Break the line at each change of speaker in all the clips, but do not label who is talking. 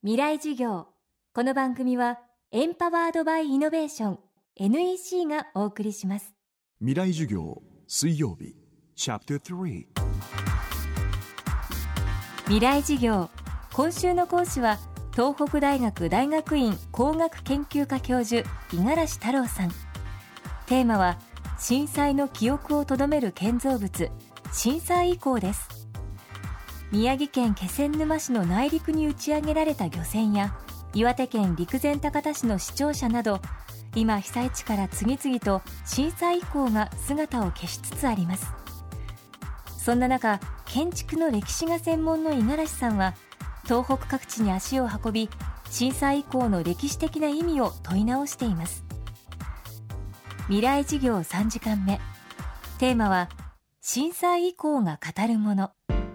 未来授業。この番組はエンパワードバイイノベーション NEC がお送りします。
未来授業水曜日チャプター3。
未来授業、今週の講師は東北大学大学院工学研究科教授五十嵐太郎さん。テーマは震災の記憶をとどめる建造物、震災遺構です。宮城県気仙沼市の内陸に打ち上げられた漁船や岩手県陸前高田市の市庁舎など、今被災地から次々と震災遺構が姿を消しつつあります。そんな中、建築の歴史が専門の五十嵐さんは東北各地に足を運び、震災遺構の歴史的な意味を問い直しています。未来授業3時間目、テーマは震災遺構が語るもの。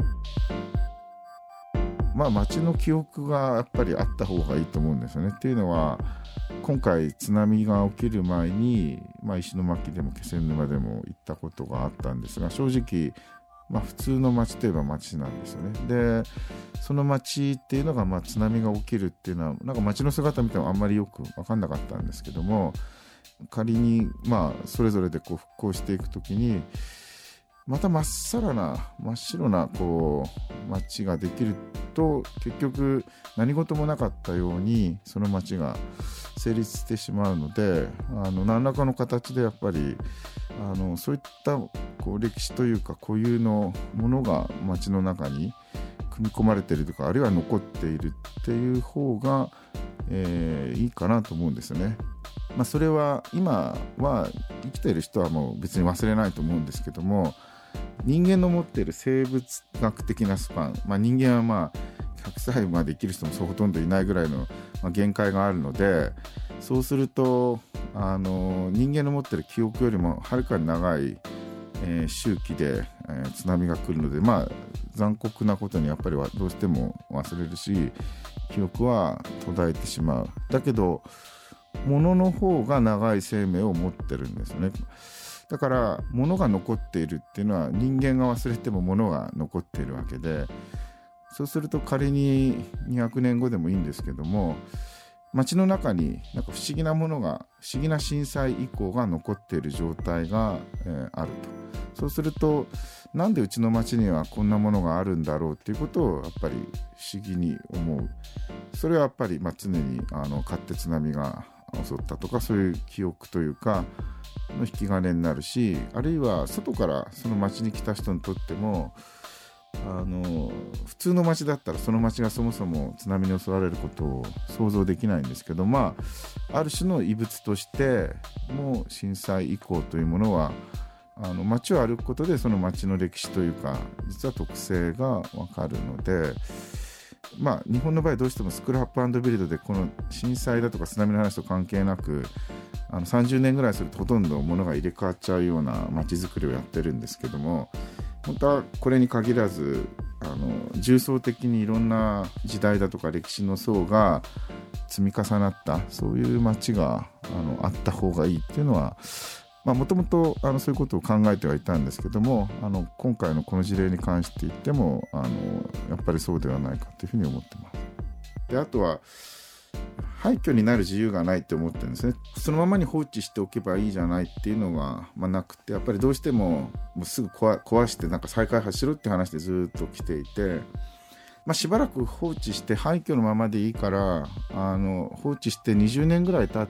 町の記憶がやっぱりあった方がいいと思うんですよね。っていうのは、今回津波が起きる前に、石巻でも気仙沼でも行ったことがあったんですが、正直、普通の町といえば町なんですよね。で、その町っていうのが、津波が起きるっていうのは、なんか町の姿見てもあんまりよく分かんなかったんですけども、仮にそれぞれで復興していくときに、また真っ白な町ができると、結局何事もなかったようにその町が成立してしまうので、何らかの形でやっぱりそういった歴史というか固有のものが町の中に組み込まれているとか、あるいは残っているっていう方が、いいかなと思うんですよね。それは今は生きている人はもう別に忘れないと思うんですけども、人間の持っている生物学的なスパン、人間は100歳まで生きる人もほとんどいないぐらいの、限界があるので、そうすると人間の持っている記憶よりもはるかに長い、周期で、津波が来るので、残酷なことにやっぱりはどうしても忘れるし、記憶は途絶えてしまう。だけど物の方が長い生命を持ってるんですよね。だから物が残っているっていうのは、人間が忘れても物が残っているわけで、そうすると仮に200年後でもいいんですけども、街の中になんか不思議なものが、不思議な震災遺構が残っている状態が、あると。そうすると、なんでうちの街にはこんなものがあるんだろうっていうことをやっぱり不思議に思う。それはやっぱり常に勝手津波が襲ったとか、そういう記憶というかの引き金になるし、あるいは外からその町に来た人にとっても、普通の町だったらその町がそもそも津波に襲われることを想像できないんですけど、ある種の遺物としても震災遺構というものは、町を歩くことでその町の歴史というか実は特性がわかるので、日本の場合どうしてもスクラップ&ビルドでこの震災だとか津波の話と関係なく、30年ぐらいするとほとんど物が入れ替わっちゃうような街づくりをやってるんですけども、本当はこれに限らず重層的にいろんな時代だとか歴史の層が積み重なった、そういう街があった方がいいっていうのは、もともとそういうことを考えてはいたんですけども、今回のこの事例に関して言ってもやっぱりそうではないかというふうに思ってます。で、あとは廃墟になる自由がないって思ってるんですね。そのままに放置しておけばいいじゃないっていうのが、なくて、やっぱりどうしてもすぐ壊してなんか再開発しろって話でずっと来ていて、しばらく放置して廃墟のままでいいから放置して20年ぐらい経って、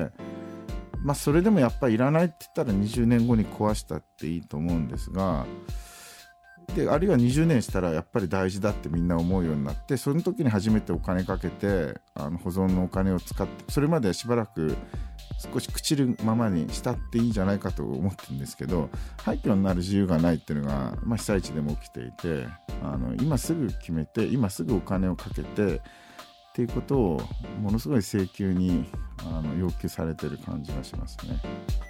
それでもやっぱりいらないって言ったら20年後に壊したっていいと思うんですが、であるいは20年したらやっぱり大事だってみんな思うようになって、その時に初めてお金かけて保存のお金を使って、それまでしばらく少し朽ちるままにしたっていいんじゃないかと思ってるんですけど、廃墟になる自由がないっていうのが、被災地でも起きていて、今すぐ決めて今すぐお金をかけてっていうことをものすごい請求に要求されている感じがしますね。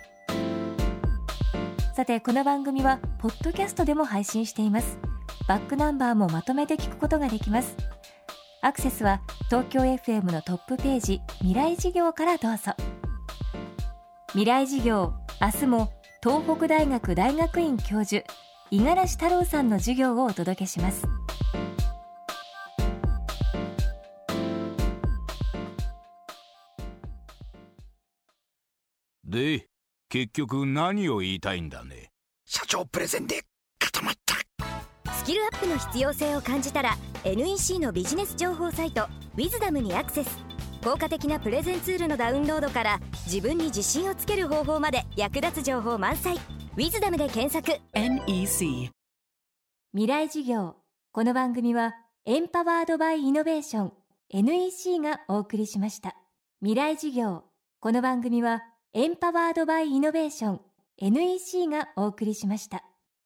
さて、この番組はポッドキャストでも配信しています。バックナンバーもまとめて聞くことができます。アクセスは東京 FM のトップページ未来事業からどうぞ。未来事業、明日も東北大学大学院教授五十嵐太郎さんの授業をお届けします。
で、結局何を言いたいんだね。
社長プレゼンで固まった。
スキルアップの必要性を感じたら NEC のビジネス情報サイトウィズダムにアクセス。効果的なプレゼンツールのダウンロードから自分に自信をつける方法まで役立つ情報満載。ウィズダムで検索。
NEC
未来事業。この番組はエンパワードバイイノベーション NEC がお送りしました。未来事業。この番組はエンパワードバイイノベーション NEC がお送りしました。